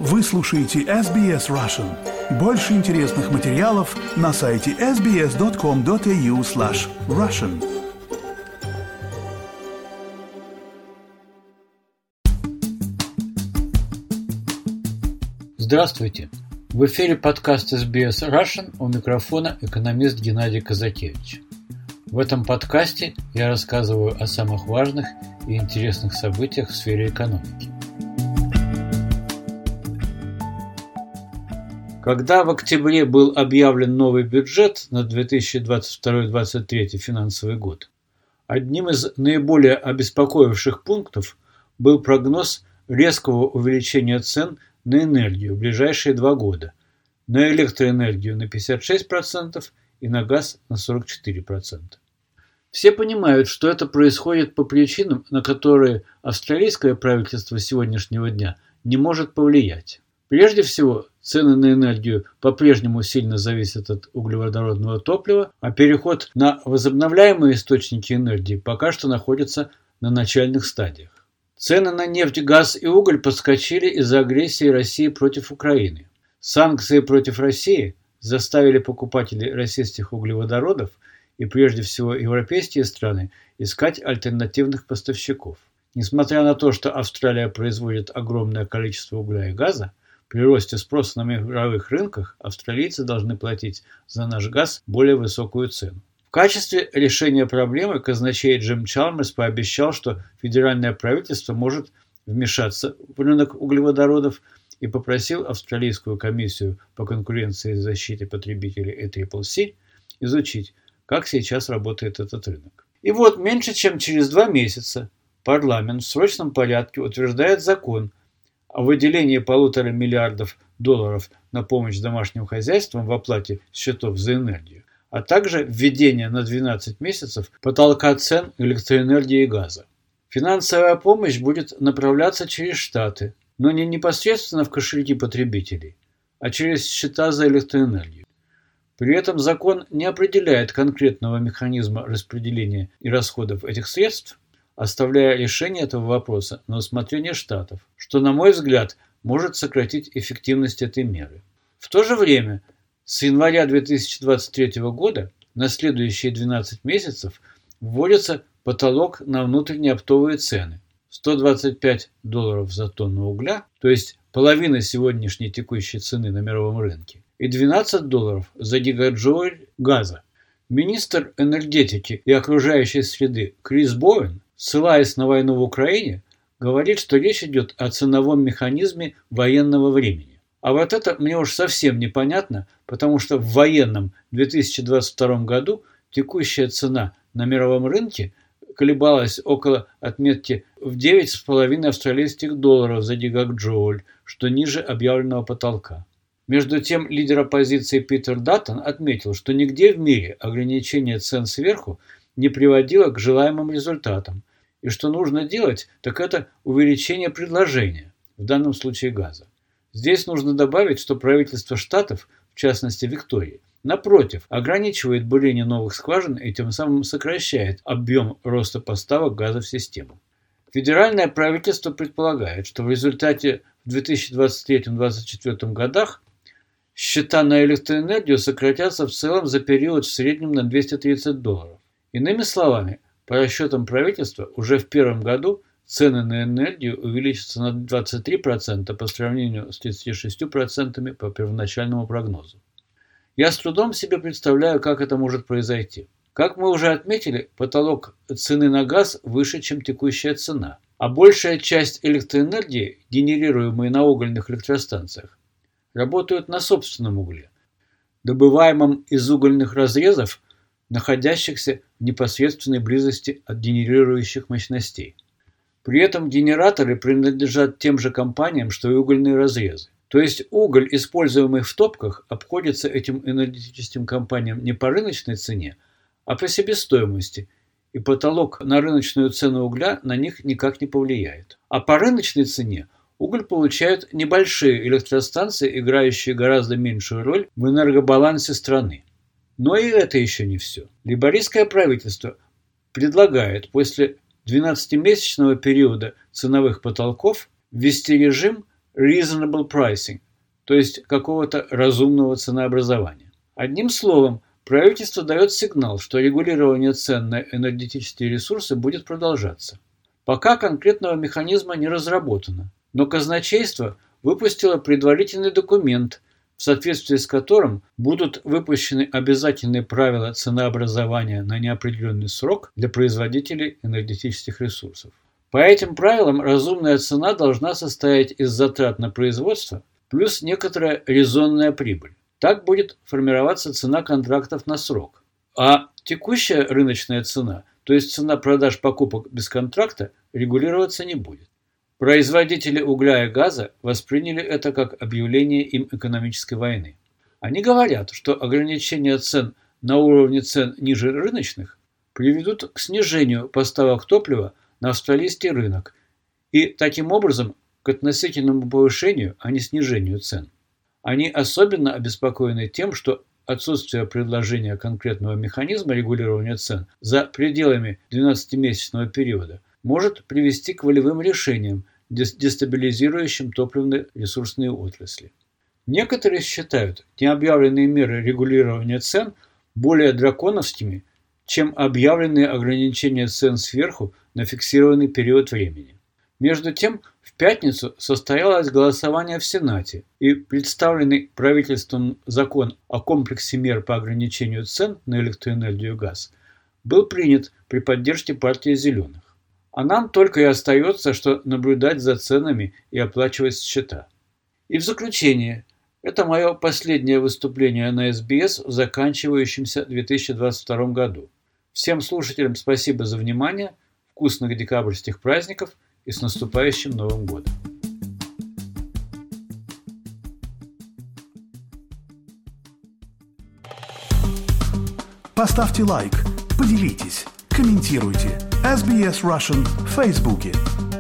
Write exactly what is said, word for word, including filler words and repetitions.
Вы слушаете эс би эс Russian. Больше интересных материалов на сайте эс би эс точка ком точка эй ю слэш Russian. Здравствуйте! В эфире подкаст эс би эс Russian, у микрофона экономист Геннадий Казакевич. В этом подкасте я рассказываю о самых важных и интересных событиях в сфере экономики. Когда в октябре был объявлен новый бюджет на две тысячи двадцать второй - две тысячи двадцать третий финансовый год, одним из наиболее обеспокоивших пунктов был прогноз резкого увеличения цен на энергию в ближайшие два года, на электроэнергию на пятьдесят шесть процентов и на газ на сорок четыре процента. Все понимают, что это происходит по причинам, на которые австралийское правительство сегодняшнего дня не может повлиять. Прежде всего, цены на энергию по-прежнему сильно зависят от углеводородного топлива, а переход на возобновляемые источники энергии пока что находится на начальных стадиях. Цены на нефть, газ и уголь подскочили из-за агрессии России против Украины. Санкции против России заставили покупателей российских углеводородов и прежде всего европейские страны искать альтернативных поставщиков. Несмотря на то, что Австралия производит огромное количество угля и газа, при росте спроса на мировых рынках австралийцы должны платить за наш газ более высокую цену. В качестве решения проблемы казначей Джим Чалмерс пообещал, что федеральное правительство может вмешаться в рынок углеводородов и попросил Австралийскую комиссию по конкуренции и защите потребителей эй си си си изучить, как сейчас работает этот рынок. И вот меньше чем через два месяца парламент в срочном порядке утверждает закон о выделении полутора миллиардов долларов на помощь домашним хозяйствам в оплате счетов за энергию, а также введение на двенадцать месяцев потолка цен электроэнергии и газа. Финансовая помощь будет направляться через штаты, но не непосредственно в кошельки потребителей, а через счета за электроэнергию. При этом закон не определяет конкретного механизма распределения и расходов этих средств, оставляя решение этого вопроса на усмотрение штатов, что, на мой взгляд, может сократить эффективность этой меры. В то же время, с января две тысячи двадцать третьего года на следующие двенадцать месяцев вводится потолок на внутренние оптовые цены – сто двадцать пять долларов за тонну угля, то есть половина сегодняшней текущей цены на мировом рынке, и двенадцать долларов за гигаджоуль газа. Министр энергетики и окружающей среды Крис Боуэн, ссылаясь на войну в Украине, говорит, что речь идет о ценовом механизме военного времени. А вот это мне уж совсем непонятно, потому что в военном две тысячи двадцать втором году текущая цена на мировом рынке колебалась около отметки в девять с половиной австралийских долларов за гигаджоуль, что ниже объявленного потолка. Между тем, лидер оппозиции Питер Даттон отметил, что нигде в мире ограничение цен сверху не приводило к желаемым результатам, и что нужно делать, так это увеличение предложения, в данном случае газа. Здесь нужно добавить, что правительство штатов, в частности Виктории, напротив, ограничивает бурение новых скважин и тем самым сокращает объем роста поставок газа в систему. Федеральное правительство предполагает, что в результате в две тысячи двадцать третьем - две тысячи двадцать четвёртом годах счета на электроэнергию сократятся в целом за период в среднем на двести тридцать долларов. Иными словами, по расчетам правительства, уже в первом году цены на энергию увеличатся на двадцать три процента по сравнению с тридцатью шестью процентами по первоначальному прогнозу. Я с трудом себе представляю, как это может произойти. Как мы уже отметили, потолок цены на газ выше, чем текущая цена, а большая часть электроэнергии, генерируемой на угольных электростанциях, работают на собственном угле, добываемом из угольных разрезов, находящихся в непосредственной близости от генерирующих мощностей. При этом генераторы принадлежат тем же компаниям, что и угольные разрезы. То есть уголь, используемый в топках, обходится этим энергетическим компаниям не по рыночной цене, а по себестоимости, и потолок на рыночную цену угля на них никак не повлияет. А по рыночной цене уголь получают небольшие электростанции, играющие гораздо меньшую роль в энергобалансе страны. Но и это еще не все. Лейбористское правительство предлагает после двенадцатимесячного периода ценовых потолков ввести режим, reasonable pricing, то есть какого-то разумного ценообразования. Одним словом, правительство дает сигнал, что регулирование цен на энергетические ресурсы будет продолжаться. Пока конкретного механизма не разработано, но казначейство выпустило предварительный документ, в соответствии с которым будут выпущены обязательные правила ценообразования на неопределенный срок для производителей энергетических ресурсов. По этим правилам разумная цена должна состоять из затрат на производство плюс некоторая резонная прибыль. Так будет формироваться цена контрактов на срок. А текущая рыночная цена, то есть цена продаж покупок без контракта, регулироваться не будет. Производители угля и газа восприняли это как объявление им экономической войны. Они говорят, что ограничения цен на уровне цен ниже рыночных приведут к снижению поставок топлива на австралийский рынок и, таким образом, к относительному повышению, а не снижению цен. Они особенно обеспокоены тем, что отсутствие предложения конкретного механизма регулирования цен за пределами двенадцатимесячного периода может привести к волевым решениям, дестабилизирующим топливно-ресурсные отрасли. Некоторые считают необъявленные меры регулирования цен более драконовскими, чем объявленные ограничения цен сверху на фиксированный период времени. Между тем, в пятницу состоялось голосование в Сенате, и представленный правительством закон о комплексе мер по ограничению цен на электроэнергию и газ был принят при поддержке партии «Зеленых». А нам только и остается, что наблюдать за ценами и оплачивать счета. И в заключение, это мое последнее выступление на эс би эс в заканчивающемся две тысячи двадцать втором году. Всем слушателям спасибо за внимание, вкусных декабрьских праздников и с наступающим Новым годом! Поставьте лайк, поделитесь, комментируйте. эс би эс Russian в Фейсбуке.